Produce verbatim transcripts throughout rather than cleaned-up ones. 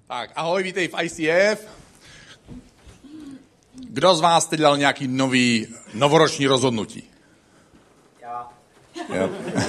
Tak, ahoj, vítej v I C F. Kdo z vás teď dal nějaký nový, novoroční rozhodnutí? Já. Jo.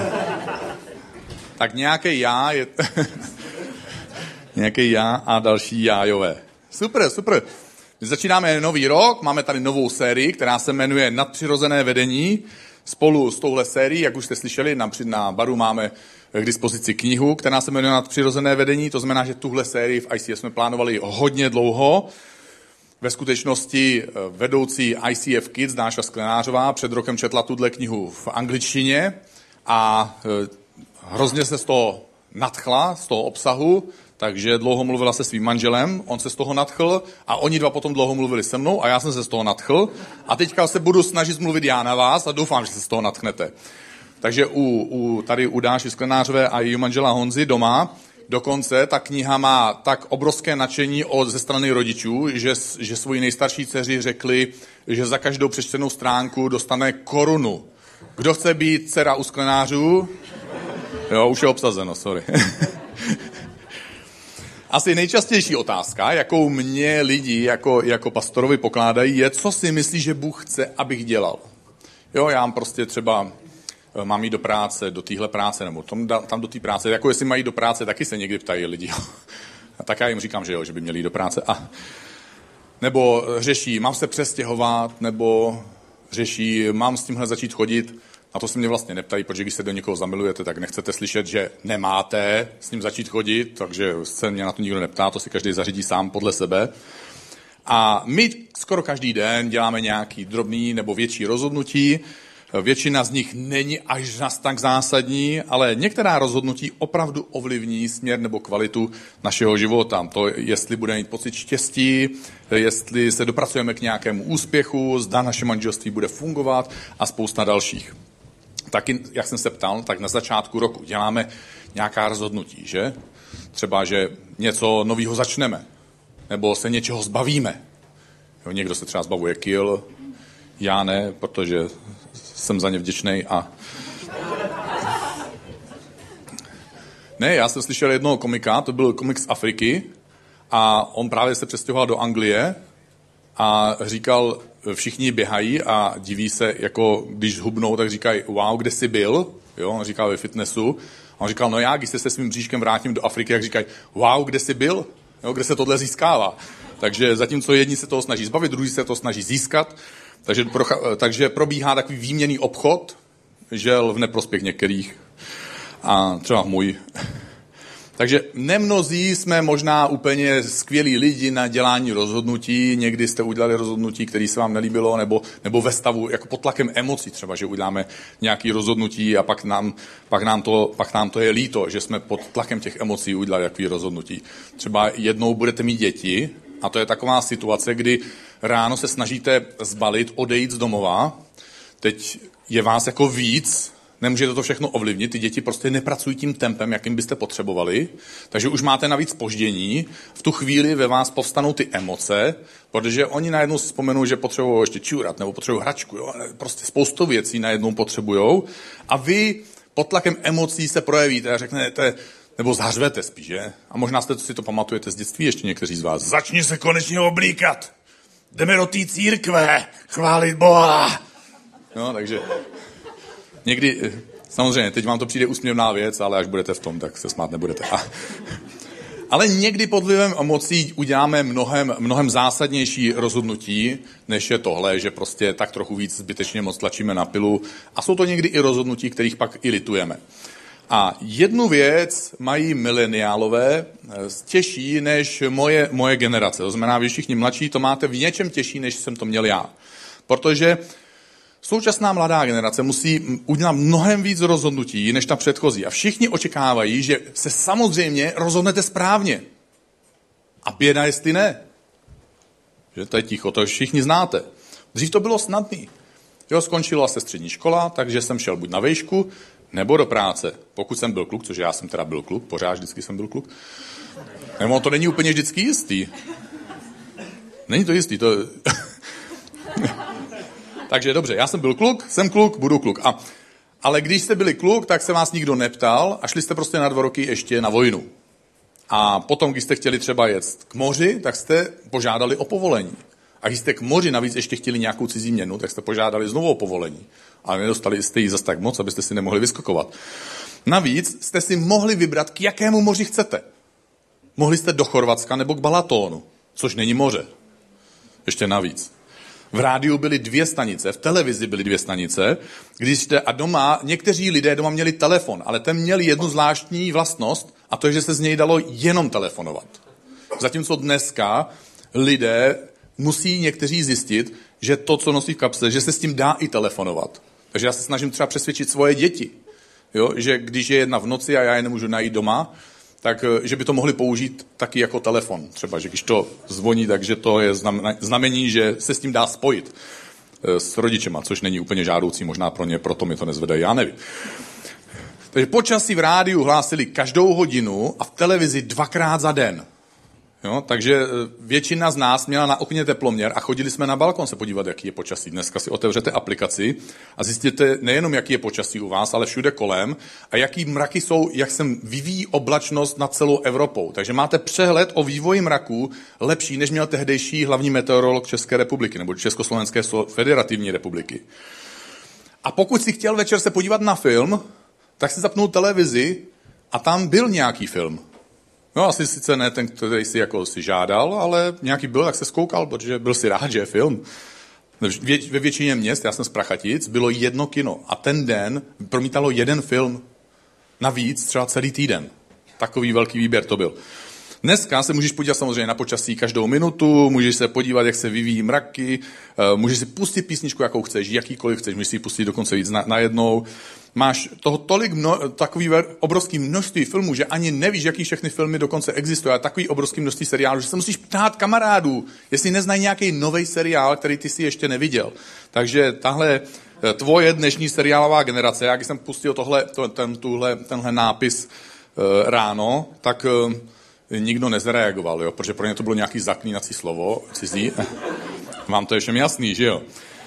Tak nějaký já je... nějaký já a další jájové. Super, super. My začínáme nový rok, máme tady novou sérii, která se jmenuje Nadpřirozené vedení. Spolu s touhle sérií, jak už jste slyšeli, například na baru máme k dispozici knihu, která se jmenuje Nadpřirozené vedení. To znamená, že tuhle sérii v I C F jsme plánovali hodně dlouho. Ve skutečnosti vedoucí I C F Kids, Dáša Sklenářová, před rokem četla tuhle knihu v angličtině a hrozně se z toho nadchla, z toho obsahu, takže dlouho mluvila se svým manželem, on se z toho nadchl a oni dva potom dlouho mluvili se mnou a já jsem se z toho nadchl a teďka se budu snažit mluvit já na vás a doufám, že se z toho nadchnete. Takže u, u, tady u Dáši Sklenářové a jejího manžela Honzy doma dokonce ta kniha má tak obrovské nadšení od, ze strany rodičů, že, že svoji nejstarší dceři řekli, že za každou přečtenou stránku dostane korunu. Kdo chce být dcera u Sklenářů? Jo, už je obsazeno, sorry. Asi nejčastější otázka, jakou mě lidi jako, jako pastorovi pokládají, je, co si myslí, že Bůh chce, abych dělal. Jo, já mám prostě třeba, mám jít do práce, do téhle práce, nebo tam, tam do té práce, jako jestli mají do práce, taky se někdy ptají lidi. A tak já jim říkám, že jo, že by měli jít do práce. A, nebo řeší, mám se přestěhovat, nebo řeší, mám s tímhle začít chodit. A to se mě vlastně neptají, protože když se do někoho zamilujete, tak nechcete slyšet, že nemáte s ním začít chodit, takže se mě na to nikdo neptá, to si každý zařídí sám podle sebe. A my skoro každý den děláme nějaký drobný nebo větší rozhodnutí. Většina z nich není až zas tak zásadní, ale některá rozhodnutí opravdu ovlivní směr nebo kvalitu našeho života. To, jestli budeme mít pocit štěstí, jestli se dopracujeme k nějakému úspěchu, zda naše manželství bude fungovat a spousta dalších. Taky, jak jsem se ptal, tak na začátku roku děláme nějaká rozhodnutí, že? Třeba, že něco nového začneme, nebo se něčeho zbavíme. Jo, někdo se třeba zbavuje kil, já ne, protože jsem za ně vděčnej a... Ne, já jsem slyšel jednoho komika, to byl komik z Afriky a on právě se přestěhoval do Anglie a říkal, všichni běhají a diví se, jako když hubnou, tak říkají, wow, kde jsi byl? Jo, on říkal ve fitnessu. A on říkal, no já, když se se svým bříškem vrátím do Afriky, jak říkají, wow, kde jsi byl? Jo, kde se tohle získává? Takže zatímco jedni se toho snaží zbavit, druhý se toho snaží získat, takže, procha- takže probíhá takový výměnný obchod, žel v neprospěch některých a třeba můj. Takže nemnozí jsme možná úplně skvělí lidi na dělání rozhodnutí. Někdy jste udělali rozhodnutí, které se vám nelíbilo, nebo, nebo ve stavu jako pod tlakem emocí třeba, že uděláme nějaké rozhodnutí a pak nám, pak, nám to, pak nám to je líto, že jsme pod tlakem těch emocí udělali takové rozhodnutí. Třeba jednou budete mít děti a to je taková situace, kdy ráno se snažíte zbalit, odejít z domova. Teď je vás jako víc, nemůžete to všechno ovlivnit, ty děti prostě nepracují tím tempem, jakým byste potřebovali, takže už máte navíc zpoždění, v tu chvíli ve vás povstanou ty emoce, protože oni najednou si vzpomenou, že potřebují ještě čurat, nebo potřebují hračku, jo? Prostě spoustu věcí najednou potřebujou a vy pod tlakem emocí se projevíte a řeknete, nebo zařvete spíš, že? A možná jste si to pamatujete z dětství ještě někteří z vás. Začni se konečně oblíkat, jdeme do té církve, chválit Boha. No, takže... Někdy, samozřejmě, teď vám to přijde úsměvná věc, ale až budete v tom, tak se smát nebudete. A, ale někdy pod vlivem emocí uděláme mnohem, mnohem zásadnější rozhodnutí, než je tohle, že prostě tak trochu víc zbytečně moc tlačíme na pilu. A jsou to někdy i rozhodnutí, kterých pak i litujeme. A jednu věc mají mileniálové těžší než moje, moje generace. To znamená, vy všichni mladší to máte v něčem těžší, než jsem to měl já. Protože současná mladá generace musí udělat mnohem víc rozhodnutí, než ta předchozí. A všichni očekávají, že se samozřejmě rozhodnete správně. A běda, jestli ne. Že to je ticho, to všichni znáte. Dřív to bylo snadný. Jo, skončila se střední škola, takže jsem šel buď na vejšku, nebo do práce. Pokud jsem byl kluk, což já jsem teda byl kluk, pořád vždycky jsem byl kluk. Nebo to není úplně vždycky jistý. Není to jistý, to... Takže dobře, já jsem byl kluk, jsem kluk, budu kluk. A, ale když jste byli kluk, tak se vás nikdo neptal a šli jste prostě na dva roky ještě na vojnu. A potom, když jste chtěli třeba jet k moři, tak jste požádali o povolení. A když jste k moři navíc ještě chtěli nějakou cizí měnu, tak jste požádali znovu o povolení. Ale nedostali jste ji zas tak moc, abyste si nemohli vyskakovat. Navíc jste si mohli vybrat, k jakému moři chcete. Mohli jste do Chorvatska nebo k Balatónu, což není moře. Ještě navíc. V rádiu byly dvě stanice, v televizi byly dvě stanice, když jste, a doma, někteří lidé doma měli telefon, ale ten měl jednu zvláštní vlastnost, a to je, že se z něj dalo jenom telefonovat. Zatímco dneska lidé musí někteří zjistit, že to, co nosí v kapse, že se s tím dá i telefonovat. Takže já se snažím třeba přesvědčit svoje děti, jo, že když je jedna v noci a já je nemůžu najít doma, tak že by to mohli použít taky jako telefon. Třeba, že když to zvoní, takže to je znamení, že se s tím dá spojit s rodičema, což není úplně žádoucí, možná pro ně, proto mi to nezvedají, já nevím. Takže počasí v rádiu hlásili každou hodinu a v televizi dvakrát za den. Jo, takže většina z nás měla na okně teploměr a chodili jsme na balkon se podívat, jaký je počasí. Dneska si otevřete aplikaci a zjistíte nejenom, jaký je počasí u vás, ale všude kolem a jaký mraky jsou, jak se vyvíjí oblačnost nad celou Evropou. Takže máte přehled o vývoji mraků lepší, než měl tehdejší hlavní meteorolog České republiky nebo Československé federativní republiky. A pokud si chtěl večer se podívat na film, tak si zapnul televizi a tam byl nějaký film. No asi sice ne ten, který si jako si žádal, ale nějaký byl, tak se zkoukal, protože byl si rád, že je film. Ve většině měst, já jsem z Prachatic, bylo jedno kino a ten den promítalo jeden film. Navíc třeba celý týden. Takový velký výběr to byl. Dneska se můžeš podívat samozřejmě na počasí každou minutu, můžeš se podívat, jak se vyvíjí mraky, můžeš si pustit písničku, jakou chceš, jakýkoliv chceš, můžeš si ji pustit dokonce víc najednou. Na Máš toho tolik mno, takový obrovský množství filmů, že ani nevíš, jaký všechny filmy dokonce existují, a takový obrovský množství seriálů, že se musíš ptát kamarádů, jestli neznají nějaký nový seriál, který ty si ještě neviděl. Takže tahle tvoje dnešní seriálová generace, jak jsem pustil tohle, to, ten, tuhle, tenhle nápis e, ráno, tak e, nikdo nezareagoval, jo, protože pro ně to bylo nějaký zaklínací slovo, cizí. Vám to je všem jasný, že jo?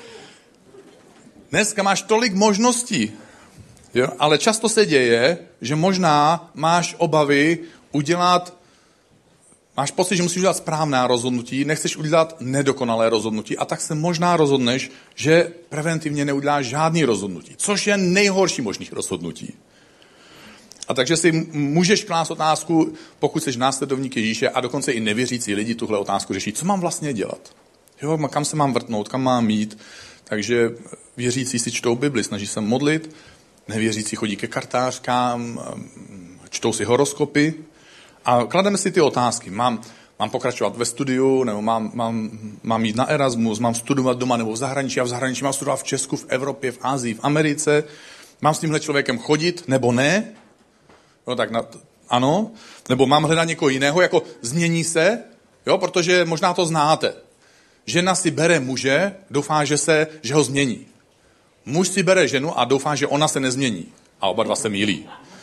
Dneska máš tolik možností, jo? Ale často se děje, že možná máš obavy udělat, máš pocit, že musíš udělat správná rozhodnutí, nechceš udělat nedokonalé rozhodnutí a tak se možná rozhodneš, že preventivně neuděláš žádný rozhodnutí, což je nejhorší možných rozhodnutí. A takže si můžeš klást otázku, pokud jsi následovník Ježíše a dokonce i nevěřící lidi tuhle otázku řeší, co mám vlastně dělat? Jo, kam se mám vrtnout, kam mám jít? Takže věřící si čtou Bibli, snaží se modlit, nevěřící chodí ke kartářkám, čtou si horoskopy a klademe si ty otázky. Mám, mám pokračovat ve studiu, nebo mám, mám, mám jít na Erasmus, mám studovat doma nebo v zahraničí, a v zahraničí mám studovat v Česku, v Evropě, v Asii, v Americe. Mám s tímhle člověkem chodit, nebo ne? No tak na, ano. Nebo mám hledat někoho jiného, jako změní se, jo, protože možná to znáte. Žena si bere muže, doufá, že, se, že ho změní. Muž si bere ženu a doufá, že ona se nezmění. A oba dva se mýlí.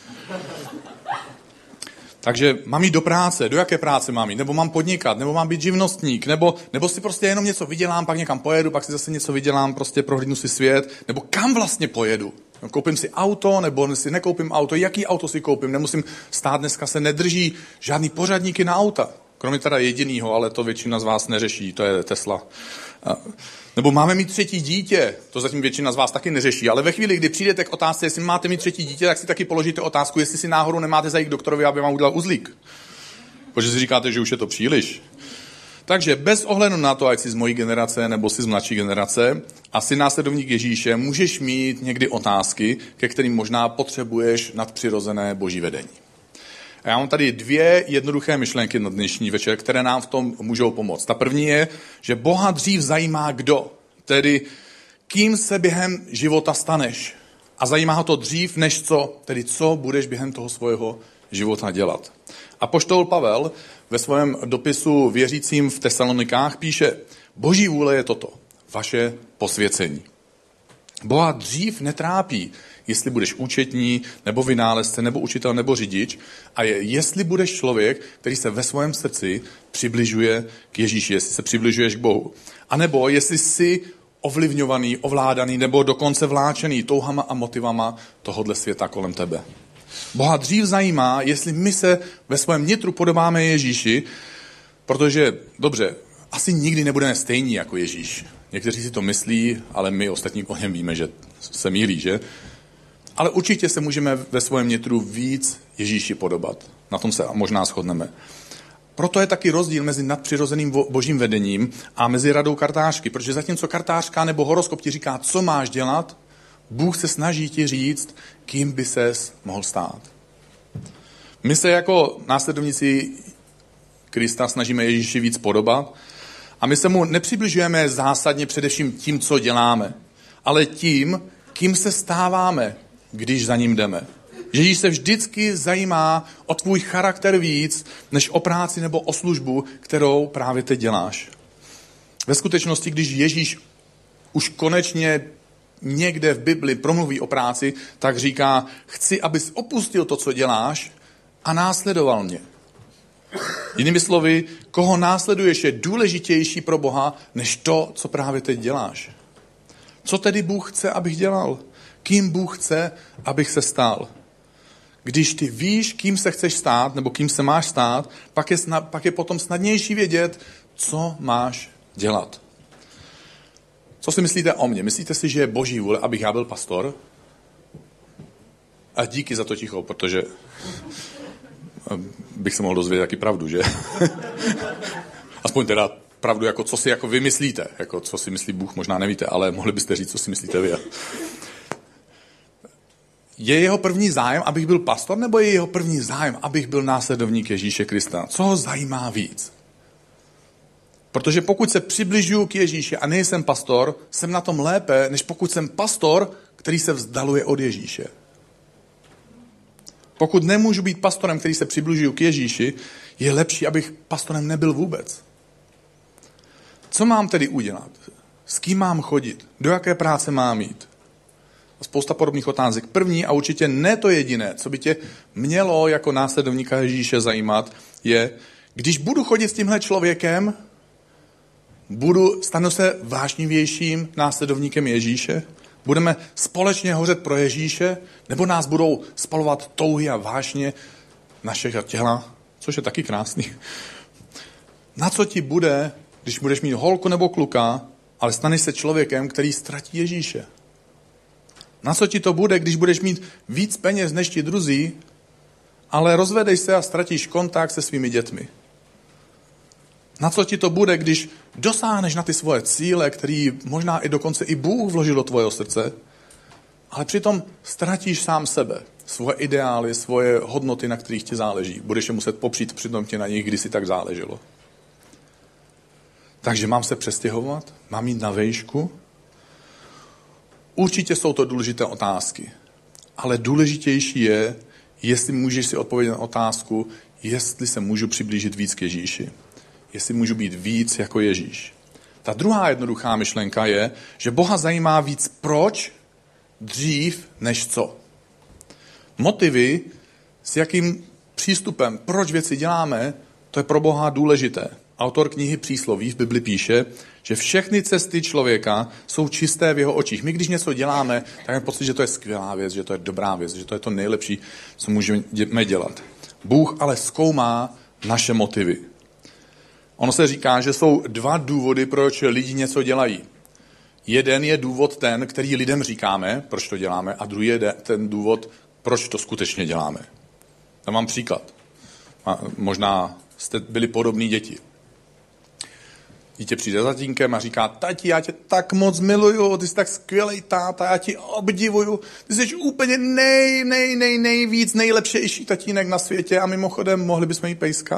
Takže mám jít do práce, do jaké práce mám jít, nebo mám podnikat, nebo mám být živnostník, nebo, nebo si prostě jenom něco vydělám, pak někam pojedu, pak si zase něco vydělám, prostě prohlídnu si svět, nebo kam vlastně pojedu. Koupím si auto, nebo si nekoupím auto, jaký auto si koupím, nemusím stát, dneska se nedrží žádný pořadníky na auta. Kromě teda jedinýho, ale to většina z vás neřeší, to je Tesla. Nebo máme mít třetí dítě, to zatím většina z vás taky neřeší, ale ve chvíli, kdy přijdete k otázce, jestli máte mít třetí dítě, tak si taky položíte otázku, jestli si náhodou nemáte zajít k doktorovi, aby vám udělal uzlík. Protože si říkáte, že už je to příliš. Takže bez ohledu na to, ať jsi z mojí generace nebo jsi z mladší generace a jsi následovník Ježíše, můžeš mít někdy otázky, ke kterým možná potřebuješ nadpřirozené boží vedení. A já mám tady dvě jednoduché myšlenky na dnešní večer, které nám v tom můžou pomoct. Ta první je, že Boha dřív zajímá kdo, tedy kým se během života staneš. A zajímá ho to dřív než co, tedy co budeš během toho svého života dělat. Apoštol Pavel ve svém dopisu věřícím v Tesalonikách píše, Boží vůle je toto, vaše posvěcení. Boha dřív netrápí, jestli budeš účetní, nebo vynálezce, nebo učitel, nebo řidič, a je, jestli budeš člověk, který se ve svém srdci přibližuje k Ježíši, jestli se přibližuješ k Bohu. A nebo jestli jsi ovlivňovaný, ovládaný, nebo dokonce vláčený touhama a motivama tohodle světa kolem tebe. Boha dřív zajímá, jestli my se ve svém nitru podobáme Ježíši, protože, dobře, asi nikdy nebudeme stejní jako Ježíš. Někteří si to myslí, ale my ostatní o něm víme, že se mýlí, že? Ale určitě se můžeme ve svém nitru víc Ježíši podobat. Na tom se možná shodneme. Proto je taky rozdíl mezi nadpřirozeným božím vedením a mezi radou kartářky, protože zatímco kartářka nebo horoskop ti říká, co máš dělat, Bůh se snaží ti říct, kým by ses mohl stát. My se jako následovníci Krista snažíme Ježíši víc podobat a my se mu nepřibližujeme zásadně především tím, co děláme, ale tím, kým se stáváme, když za ním jdeme. Ježíš se vždycky zajímá o tvůj charakter víc, než o práci nebo o službu, kterou právě teď děláš. Ve skutečnosti, když Ježíš už konečně někde v Bibli promluví o práci, tak říká, chci, abys opustil to, co děláš a následoval mě. Jinými slovy, koho následuješ, je důležitější pro Boha, než to, co právě teď děláš. Co tedy Bůh chce, abych dělal? Kým Bůh chce, abych se stal? Když ty víš, kým se chceš stát, nebo kým se máš stát, pak je, snad, pak je potom snadnější vědět, co máš dělat. Co si myslíte o mně? Myslíte si, že je boží vůle, abych já byl pastor? A díky za to ticho, protože bych se mohl dozvědět taky pravdu, že? Aspoň teda pravdu, jako co si jako vy myslíte. Jako co si myslí Bůh, možná nevíte, ale mohli byste říct, co si myslíte vy. Je jeho první zájem, abych byl pastor, nebo je jeho první zájem, abych byl následovník Ježíše Krista? Co ho zajímá víc? Protože pokud se přibližuju k Ježíši a nejsem pastor, jsem na tom lépe, než pokud jsem pastor, který se vzdaluje od Ježíše. Pokud nemůžu být pastorem, který se přibližuju k Ježíši, je lepší, abych pastorem nebyl vůbec. Co mám tedy udělat? S kým mám chodit? Do jaké práce mám jít? A spousta podobných otázek. První a určitě ne to jediné, co by tě mělo jako následovníka Ježíše zajímat, je, když budu chodit s tímhle člověkem, budu, stanu se vášnivějším následovníkem Ježíše? Budeme společně hořet pro Ježíše? Nebo nás budou spalovat touhy a vášně našeho těla? Což je taky krásný. Na co ti bude, když budeš mít holku nebo kluka, ale staneš se člověkem, který ztratí Ježíše? Na co ti to bude, když budeš mít víc peněz než ti druzí, ale rozvedeš se a ztratíš kontakt se svými dětmi? Na co ti to bude, když dosáhneš na ty svoje cíle, který možná i dokonce i Bůh vložil do tvojeho srdce, ale přitom ztratíš sám sebe, svoje ideály, svoje hodnoty, na kterých ti záleží. Budeš je muset popřít, přitom ti na nich kdysi tak záleželo. Takže mám se přestěhovat? Mám jít na vejšku? Určitě jsou to důležité otázky, ale důležitější je, jestli můžeš si odpovědět na otázku, jestli se můžu přiblížit víc k Ježíši. Jestli můžu být víc jako Ježíš. Ta druhá jednoduchá myšlenka je, že Boha zajímá víc proč dřív než co. Motivy, s jakým přístupem, proč věci děláme, to je pro Boha důležité. Autor knihy Přísloví v Bibli píše, že všechny cesty člověka jsou čisté v jeho očích. My, když něco děláme, tak máme pocit, že to je skvělá věc, že to je dobrá věc, že to je to nejlepší, co můžeme dělat. Bůh ale zkoumá naše motivy. Ono se říká, že jsou dva důvody, proč lidi něco dělají. Jeden je důvod ten, který lidem říkáme, proč to děláme, a druhý je ten důvod, proč to skutečně děláme. Já mám příklad. Možná jste byli podobní děti. Dítě přijde za tatínkem a říká, tati, já tě tak moc miluju, ty jsi tak skvělej táta, já ti obdivuju, ty jsi úplně nej, nej, nej, nejvíc, nejlepšejší tatínek na světě a mimochodem mohli bychom jít pejska.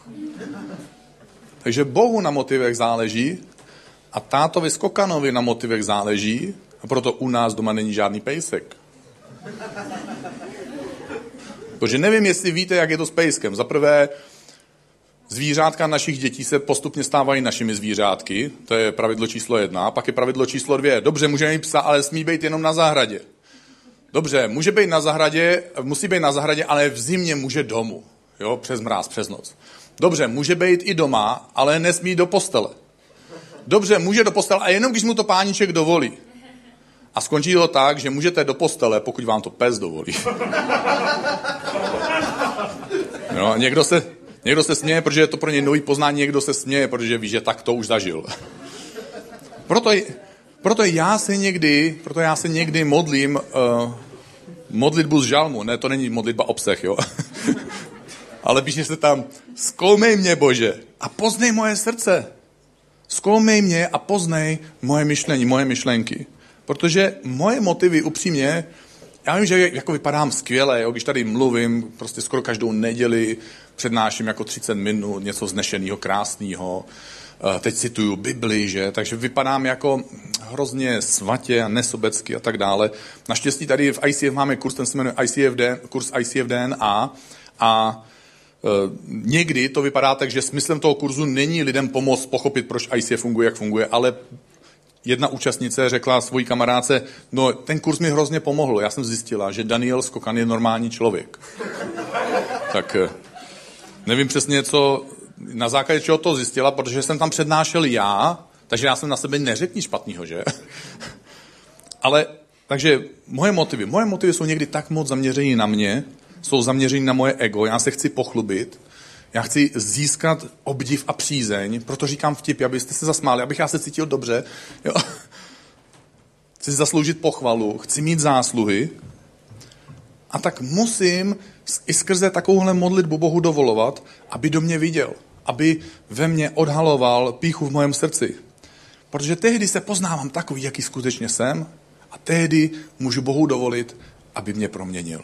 Takže Bohu na motivech záleží a tátovi Skokanovi na motivech záleží a proto u nás doma není žádný pejsek. Protože nevím, jestli víte, jak je to s pejskem. Za prvé, zvířátka našich dětí se postupně stávají našimi zvířátky, to je pravidlo číslo jedna, pak je pravidlo číslo dvě. Dobře, můžeme mít psa, ale smí být jenom na zahradě. Dobře, může být na zahradě, musí být na zahradě, ale v zimě může domů, jo, přes mráz, přes noc. Dobře, může být i doma, ale nesmí do postele. Dobře, může do postele a jenom když mu to páníček dovolí. A skončí to tak, že můžete do postele, pokud vám to pes dovolí. No, a někdo se, někdo se směje, protože je to pro něj nový poznání, někdo se směje, protože ví, že tak to už zažil. Proto, proto já se někdy, proto já se někdy modlím uh, modlitbu z žalmu. Ne, to není modlitba obsah, jo. Ale píše se tam, zkoumej mě, Bože, a poznej moje srdce. Zkoumej mě a poznej moje myšlení, moje myšlenky. Protože moje motivy upřímně, já vím, že jako vypadám skvěle, jo, když tady mluvím, prostě skoro každou neděli přednáším jako třicet minut, něco vznešenýho, krásného. Teď cituju Bibli, že? Takže vypadám jako hrozně svatě a nesobecky a tak dále. Naštěstí tady v I C F máme kurz, ten se jmenuje I C F D, kurz I C F D N A a e, někdy to vypadá tak, že smyslem toho kurzu není lidem pomoct pochopit, proč I C F funguje, jak funguje, ale jedna účastnice řekla svojí kamarádce, no ten kurz mi hrozně pomohl, já jsem zjistila, že Daniel Skokan je normální člověk. Tak nevím přesně, co, na základě čeho to zjistila, protože jsem tam přednášel já, takže já jsem na sebe neřekl nic špatného, že? Ale, takže moje motivy, moje motivy jsou někdy tak moc zaměření na mě, jsou zaměření na moje ego, já se chci pochlubit, já chci získat obdiv a přízeň, proto říkám vtipy, abyste se zasmáli, abych já se cítil dobře. Jo. Chci zasloužit pochvalu, chci mít zásluhy a tak musím i skrze takovouhle modlitbu Bohu dovolovat, aby do mě viděl, aby ve mně odhaloval pýchu v mém srdci. Protože tehdy se poznávám takový, jaký skutečně jsem a tehdy můžu Bohu dovolit, aby mě proměnil.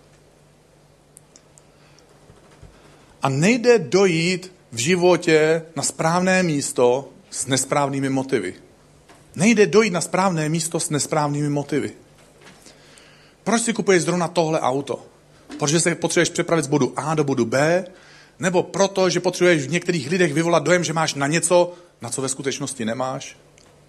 A nejde dojít v životě na správné místo s nesprávnými motivy. Nejde dojít na správné místo s nesprávnými motivy. Proč si kupuješ zrovna tohle auto? Protože se potřebuješ přepravit z bodu A do bodu B, nebo proto, že potřebuješ v některých lidech vyvolat dojem, že máš na něco, na co ve skutečnosti nemáš?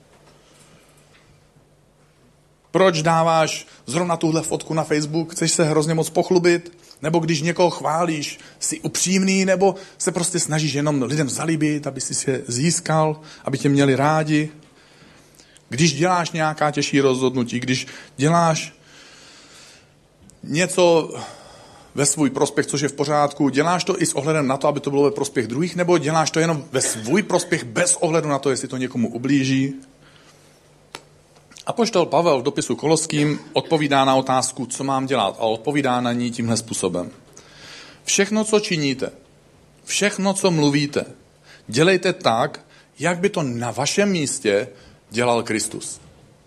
Proč dáváš zrovna tuhle fotku na Facebook? Chceš se hrozně moc pochlubit? Nebo když někoho chválíš, jsi upřímný, nebo se prostě snažíš jenom lidem zalíbit, aby si se získal, aby tě měli rádi? Když děláš nějaká těžší rozhodnutí, když děláš něco ve svůj prospěch, což je v pořádku, děláš to i s ohledem na to, aby to bylo ve prospěch druhých, nebo děláš to jenom ve svůj prospěch bez ohledu na to, jestli to někomu ublíží? Apoštol Pavel v dopisu Koloským odpovídá na otázku, co mám dělat, a odpovídá na ní tímhle způsobem. Všechno, co činíte, všechno, co mluvíte, dělejte tak, jak by to na vašem místě dělal Kristus.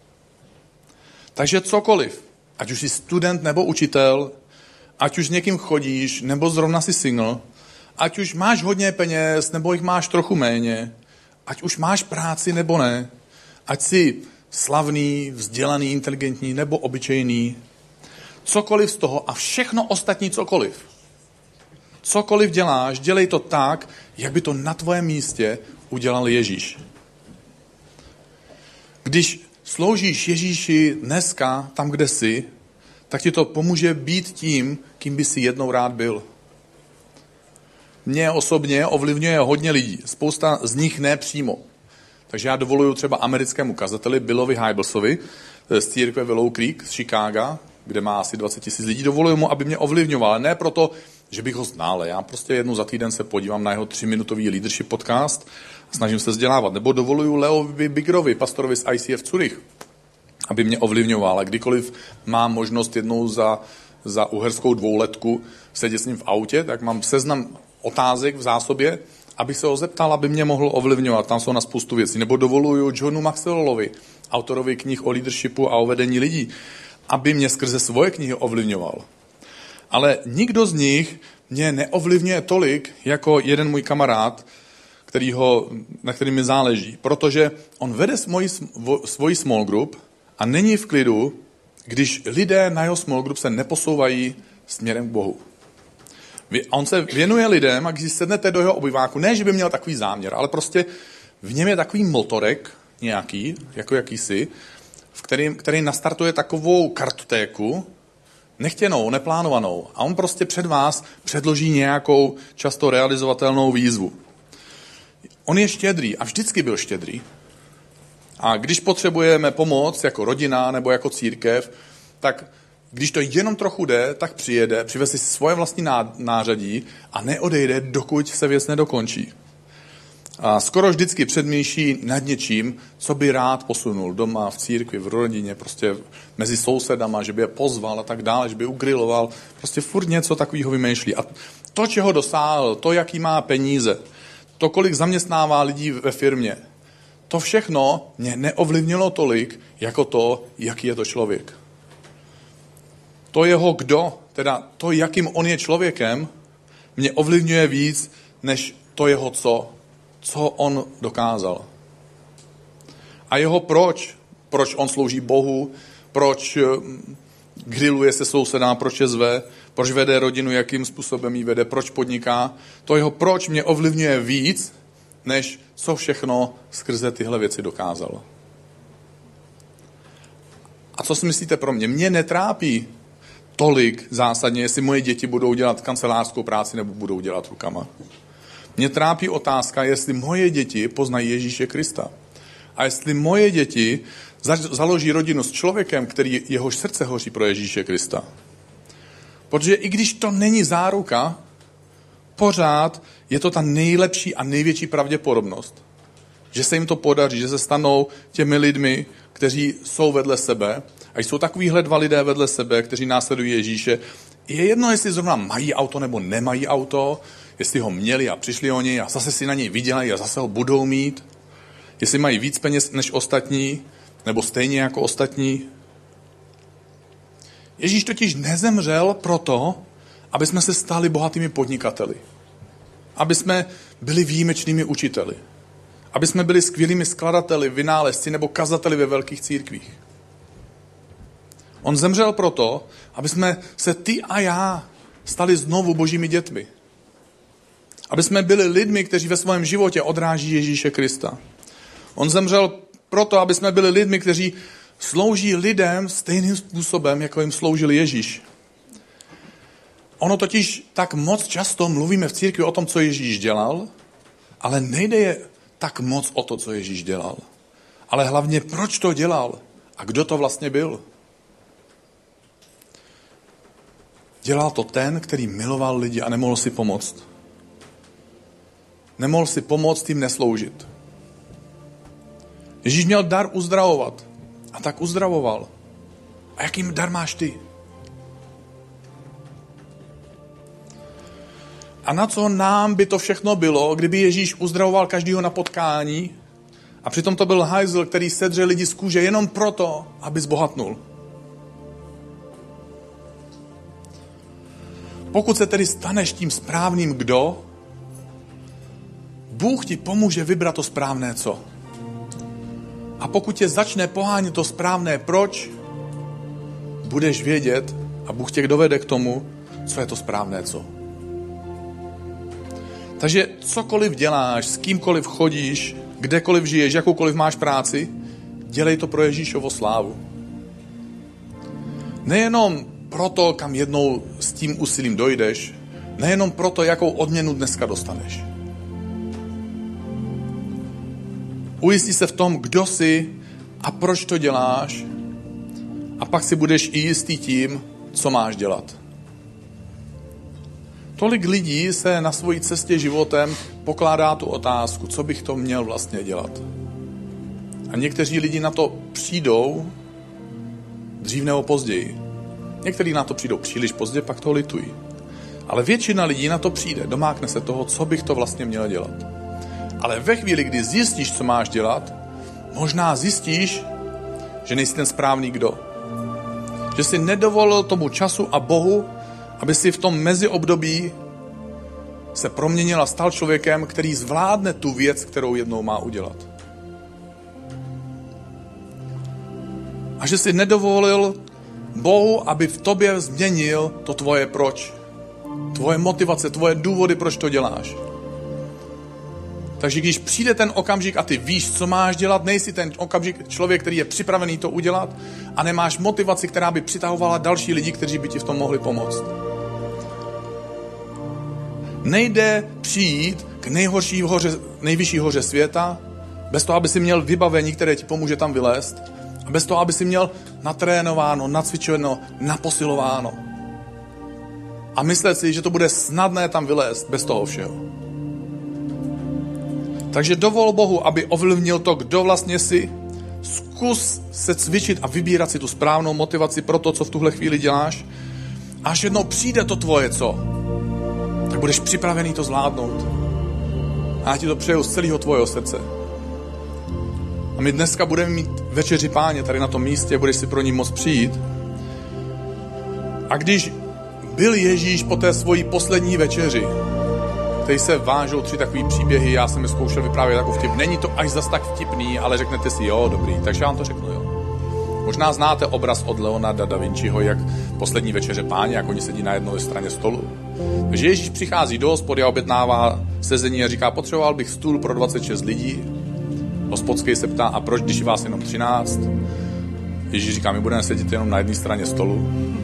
Takže cokoliv, ať už jsi student nebo učitel, ať už s někým chodíš, nebo zrovna jsi single, ať už máš hodně peněz, nebo jich máš trochu méně, ať už máš práci nebo ne, ať jsi slavný, vzdělaný, inteligentní nebo obyčejný, cokoliv z toho a všechno ostatní cokoliv. Cokoliv děláš, dělej to tak, jak by to na tvém místě udělal Ježíš. Když sloužíš Ježíši dneska, tam, kde jsi, tak ti to pomůže být tím, kým by si jednou rád byl. Mě osobně ovlivňuje hodně lidí, spousta z nich ne přímo. Takže já dovoluju třeba americkému kazateli Billovi Hybelsovi z církve Willow Creek z Chicaga, kde má asi dvacet tisíc lidí, dovoluju mu, aby mě ovlivňoval. Ne proto, že bych ho znal, já prostě jednou za týden se podívám na jeho tříminutový leadership podcast a snažím se vzdělávat. Nebo dovoluju Leovi Bigrovi, pastorovi z I C F Zurich, aby mě ovlivňoval. A kdykoliv mám možnost jednou za, za uherskou dvouletku sedět s ním v autě, tak mám seznam otázek v zásobě, abych se ho zeptal, aby mě mohl ovlivňovat. Tam jsou na spoustu věcí. Nebo dovoluju Johnu Maxwellovi, autorovi knih o leadershipu a o vedení lidí, aby mě skrze svoje knihy ovlivňoval. Ale nikdo z nich mě neovlivňuje tolik, jako jeden můj kamarád, kterýho, na kterým mi záleží. Protože on vede svoji, svoji small group a není v klidu, když lidé na jeho small group se neposouvají směrem k Bohu. A on se věnuje lidem a když sednete do jeho obyváku, ne, že by měl takový záměr, ale prostě v něm je takový motorek nějaký, jako jakýsi, v kterým, který nastartuje takovou kartotéku, nechtěnou, neplánovanou. A on prostě před vás předloží nějakou často realizovatelnou výzvu. On je štědrý a vždycky byl štědrý. A když potřebujeme pomoc jako rodina nebo jako církev, tak když to jenom trochu jde, tak přijede, přiveze si svoje vlastní nářadí a neodejde, dokud se věc nedokončí. A skoro vždycky předmýšlí nad něčím, co by rád posunul doma, v církvi, v rodině, prostě mezi sousedama, že by je pozval a tak dále, že by ugriloval. Prostě furt něco takového vymýšlí. A to, čeho dosáhl, to, jaký má peníze, to, kolik zaměstnává lidí ve firmě, to všechno mě neovlivnilo tolik, jako to, jaký je to člověk. To jeho kdo, teda to, jakým on je člověkem, mě ovlivňuje víc, než to jeho co. Co on dokázal. A jeho proč. Proč on slouží Bohu, proč grilluje se sousedám, proč je zve, proč vede rodinu, jakým způsobem ji vede, proč podniká. To jeho proč mě ovlivňuje víc, než co všechno skrze tyhle věci dokázal. A co si myslíte pro mě? Mě netrápí tolik zásadně, jestli moje děti budou dělat kancelářskou práci nebo budou dělat rukama. Mě trápí otázka, jestli moje děti poznají Ježíše Krista. A jestli moje děti založí rodinu s člověkem, který jehož srdce hoří pro Ježíše Krista. Protože i když to není záruka, pořád je to ta nejlepší a největší pravděpodobnost, že se jim to podaří, že se stanou těmi lidmi, kteří jsou vedle sebe. A jsou takovýhle dva lidé vedle sebe, kteří následují Ježíše. Je jedno, jestli zrovna mají auto nebo nemají auto, jestli ho měli a přišli oni a zase si na něj vydělají a zase ho budou mít, jestli mají víc peněz než ostatní, nebo stejně jako ostatní. Ježíš totiž nezemřel proto, aby jsme se stali bohatými podnikateli. Aby jsme byli výjimečnými učiteli. Aby jsme byli skvělými skladateli, vynálezci nebo kazateli ve velkých církvích. On zemřel proto, aby jsme se ty a já stali znovu božími dětmi. Aby jsme byli lidmi, kteří ve svém životě odráží Ježíše Krista. On zemřel proto, aby jsme byli lidmi, kteří slouží lidem stejným způsobem, jako jim sloužil Ježíš. Ono totiž tak moc často mluvíme v církvi o tom, co Ježíš dělal, ale nejde je tak moc o to, co Ježíš dělal. Ale hlavně, proč to dělal a kdo to vlastně byl. Dělal to ten, který miloval lidi a nemohl si pomoct. Nemohl si pomoct jim nesloužit. Ježíš měl dar uzdravovat a tak uzdravoval. A jaký dar máš ty? A na co nám by to všechno bylo, kdyby Ježíš uzdravoval každýho na potkání a přitom to byl hajzl, který sedře lidi z kůže jenom proto, aby zbohatnul. Pokud se tedy staneš tím správným kdo, Bůh ti pomůže vybrat to správné co. A pokud tě začne pohánět to správné proč, budeš vědět a Bůh tě dovede k tomu, co je to správné co. Takže cokoliv děláš, s kýmkoliv chodíš, kdekoliv žiješ, jakoukoliv máš práci, dělej to pro Ježíšovu slávu. Nejenom proto, kam jednou s tím úsilím dojdeš, nejenom proto, jakou odměnu dneska dostaneš. Ujistí se v tom, kdo jsi a proč to děláš, a pak si budeš i jistý tím, co máš dělat. Tolik lidí se na svojí cestě životem pokládá tu otázku, co bych to měl vlastně dělat. A někteří lidi na to přijdou dřív nebo později. Někteří na to přijdou příliš pozdě, pak to litují. Ale většina lidí na to přijde, domákne se toho, co bych to vlastně měl dělat. Ale ve chvíli, kdy zjistíš, co máš dělat, možná zjistíš, že nejsi ten správný kdo. Že jsi nedovolil tomu času a Bohu, aby si v tom meziobdobí se proměnil a stal člověkem, který zvládne tu věc, kterou jednou má udělat. A že jsi nedovolil Bohu, aby v tobě změnil to tvoje proč. Tvoje motivace, tvoje důvody, proč to děláš. Takže když přijde ten okamžik a ty víš, co máš dělat, nejsi ten okamžik člověk, který je připravený to udělat a nemáš motivaci, která by přitahovala další lidi, kteří by ti v tom mohli pomoct. Nejde přijít k nejhorší hoře, nejvyšší hoře světa, Bez toho, aby si měl vybavení, které ti pomůže tam vylézt. A bez toho, aby si měl natrénováno, nacvičeno, naposilováno. A myslet si, že to bude snadné tam vylézt bez toho všeho. Takže dovol Bohu, aby ovlivnil to, kdo vlastně jsi. Zkus se cvičit a vybírat si tu správnou motivaci pro to, co v tuhle chvíli děláš. A až jednou přijde to tvoje co, tak budeš připravený to zvládnout. A já ti to přeju z celého tvojho srdce. A my dneska budeme mít večeři Páně tady na tom místě, budeš si pro ní moct přijít. A když byl Ježíš po té svojí poslední večeři, tady se vážou tři takový příběhy, já jsem je zkoušel vyprávět jako vtip. Není to až zas tak vtipný, ale řeknete si, jo, dobrý, takže já vám to řeknu, jo. Možná znáte obraz od Leonarda da Vinciho, jak poslední večeře Páně, jak oni sedí na jedné straně stolu. Takže Ježíš přichází do hospody a objednává sezení a říká, potřeboval bych stůl pro dvacet šest lidí. Hospodský se ptá, a proč, když je vás jenom třináct? Ježíš říká, my budeme sedět jenom na jedné straně stolu.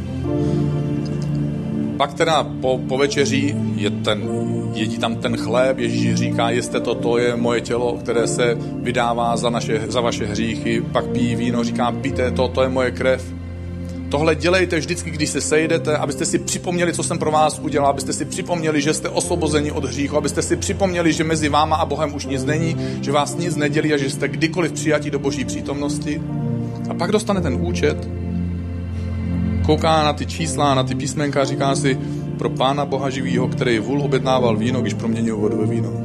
Pak teda po, po večeří je ten, jedí tam ten chléb, Ježíš říká, jeste to, to je moje tělo, které se vydává za, naše, za vaše hříchy, pak pijí víno, říká, pijte to, to je moje krev. Tohle dělejte vždycky, když se sejdete, abyste si připomněli, co jsem pro vás udělal, abyste si připomněli, že jste osvobozeni od hříchu, abyste si připomněli, že mezi váma a Bohem už nic není, že vás nic nedělí a že jste kdykoliv přijatí do Boží přítomnosti. A pak dostane ten účet, kouká na ty čísla, na ty písmenka a říká si, pro Pána Boha živýho, který vůl objednával víno, když proměnil vodu ve víno.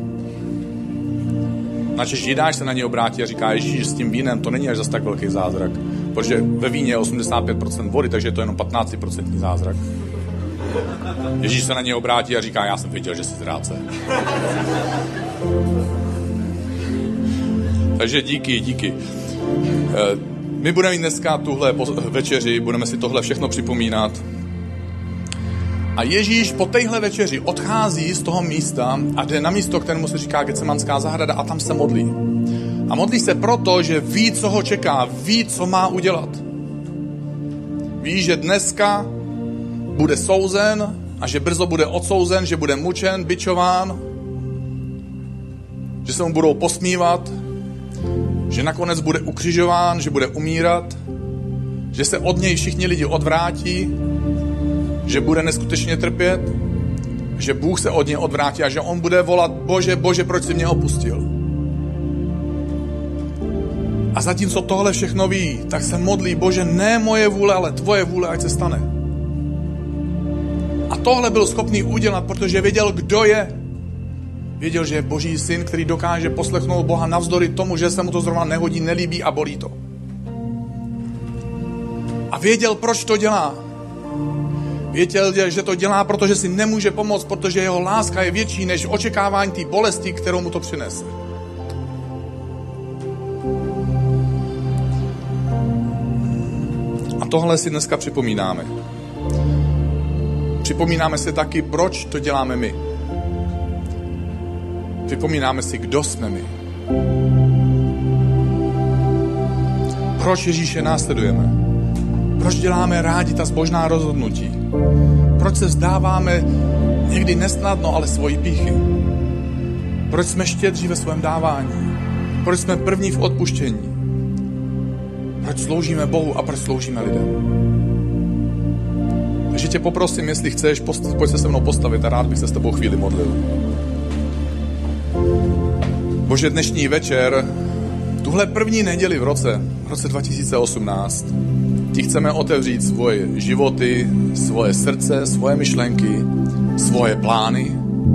Načež Jidáš se na něj obrátí a říká, Ježíš, s tím vínem to není až zas tak velký zázrak, protože ve víně je osmdesát pět procent vody, takže je to jenom patnáct procent zázrak. Ježíš se na něj obrátí a říká, já jsem věděl, že jsi zrádce. Takže díky, díky. My budeme mít dneska tuhle večeři, budeme si tohle všechno připomínat. A Ježíš po téhle večeři odchází z toho místa a jde na místo, kterému se říká Getsemanská zahrada a tam se modlí. A modlí se proto, že ví, co ho čeká, ví, co má udělat. Ví, že dneska bude souzen a že brzo bude odsouzen, že bude mučen, bičován, že se mu budou posmívat, že nakonec bude ukřižován, že bude umírat, že se od něj všichni lidi odvrátí, že bude neskutečně trpět, že Bůh se od něj odvrátí a že on bude volat, Bože, Bože, proč jsi mě opustil? A zatímco tohle všechno ví, tak se modlí, Bože, ne moje vůle, ale tvoje vůle, ať se stane. A tohle byl schopný udělat, protože věděl, kdo je. Věděl, že je Boží syn, který dokáže poslechnout Boha navzdory tomu, že se mu to zrovna nehodí, nelíbí a bolí to. A věděl, proč to dělá. Věděl, že to dělá, protože si nemůže pomoct, protože jeho láska je větší než očekávání té bolesti, kterou mu to přinese. A tohle si dneska připomínáme. Připomínáme si taky, proč to děláme my. Připomínáme si, kdo jsme my. Proč Ježíše následujeme. Proč děláme rádi ta zbožná rozhodnutí. Proč se vzdáváme někdy nesnadno, ale svojí pýchy. Proč jsme štědří ve svém dávání. Proč jsme první v odpuštění. Proč sloužíme Bohu a proč sloužíme lidem. Takže tě poprosím, jestli chceš, post- pojď se se mnou postavit a rád bych se s tebou chvíli modlil. Bože, dnešní večer, tuhle první neděli v roce, v roce dva tisíce osmnáct, ti chceme otevřít svoje životy, svoje srdce, svoje myšlenky, svoje plány.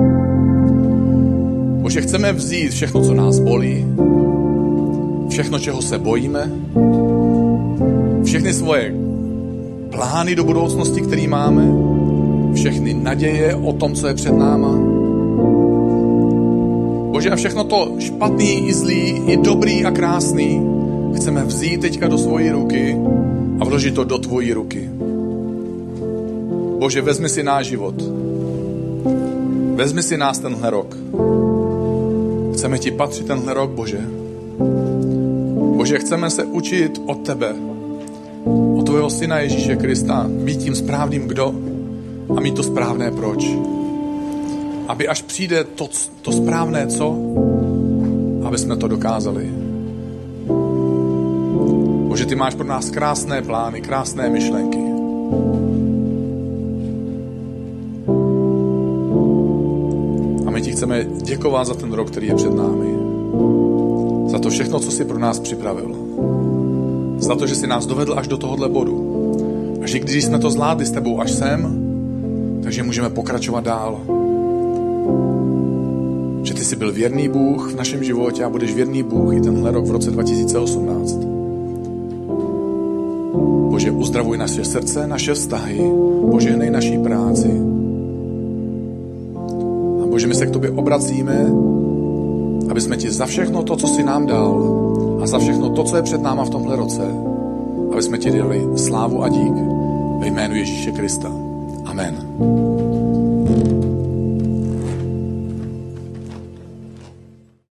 Bože, chceme vzít všechno, co nás bolí, všechno, čeho se bojíme, všechny svoje plány do budoucnosti, které máme, všechny naděje o tom, co je před náma. Bože, a všechno to špatný i zlý, i dobrý a krásný chceme vzít teďka do svojí ruky a vložit to do tvojí ruky. Bože, vezmi si náš život. Vezmi si nás tenhle rok. Chceme ti patřit tenhle rok, Bože. Bože, chceme se učit od tebe, od tvojho syna Ježíše Krista, být tím správným kdo a mít to správné proč. Aby až přijde to, to správné co, aby aby jsme to dokázali. Bože, ty máš pro nás krásné plány, krásné myšlenky. A my ti chceme děkovat za ten rok, který je před námi. Za to všechno, co jsi pro nás připravil. Za to, že jsi nás dovedl až do tohohle bodu. A že když jsme to zvládli s tebou až sem, takže můžeme pokračovat dál. Že ty jsi byl věrný Bůh v našem životě a budeš věrný Bůh i tenhle rok v roce dva tisíce osmnáct. Bože, uzdravuj naše srdce, naše vztahy, požehnej naší práci. A Bože, my se k tobě obracíme, aby jsme ti za všechno to, co jsi nám dal a za všechno to, co je před náma v tomhle roce, aby jsme ti dali slávu a dík ve jménu Ježíše Krista. Amen.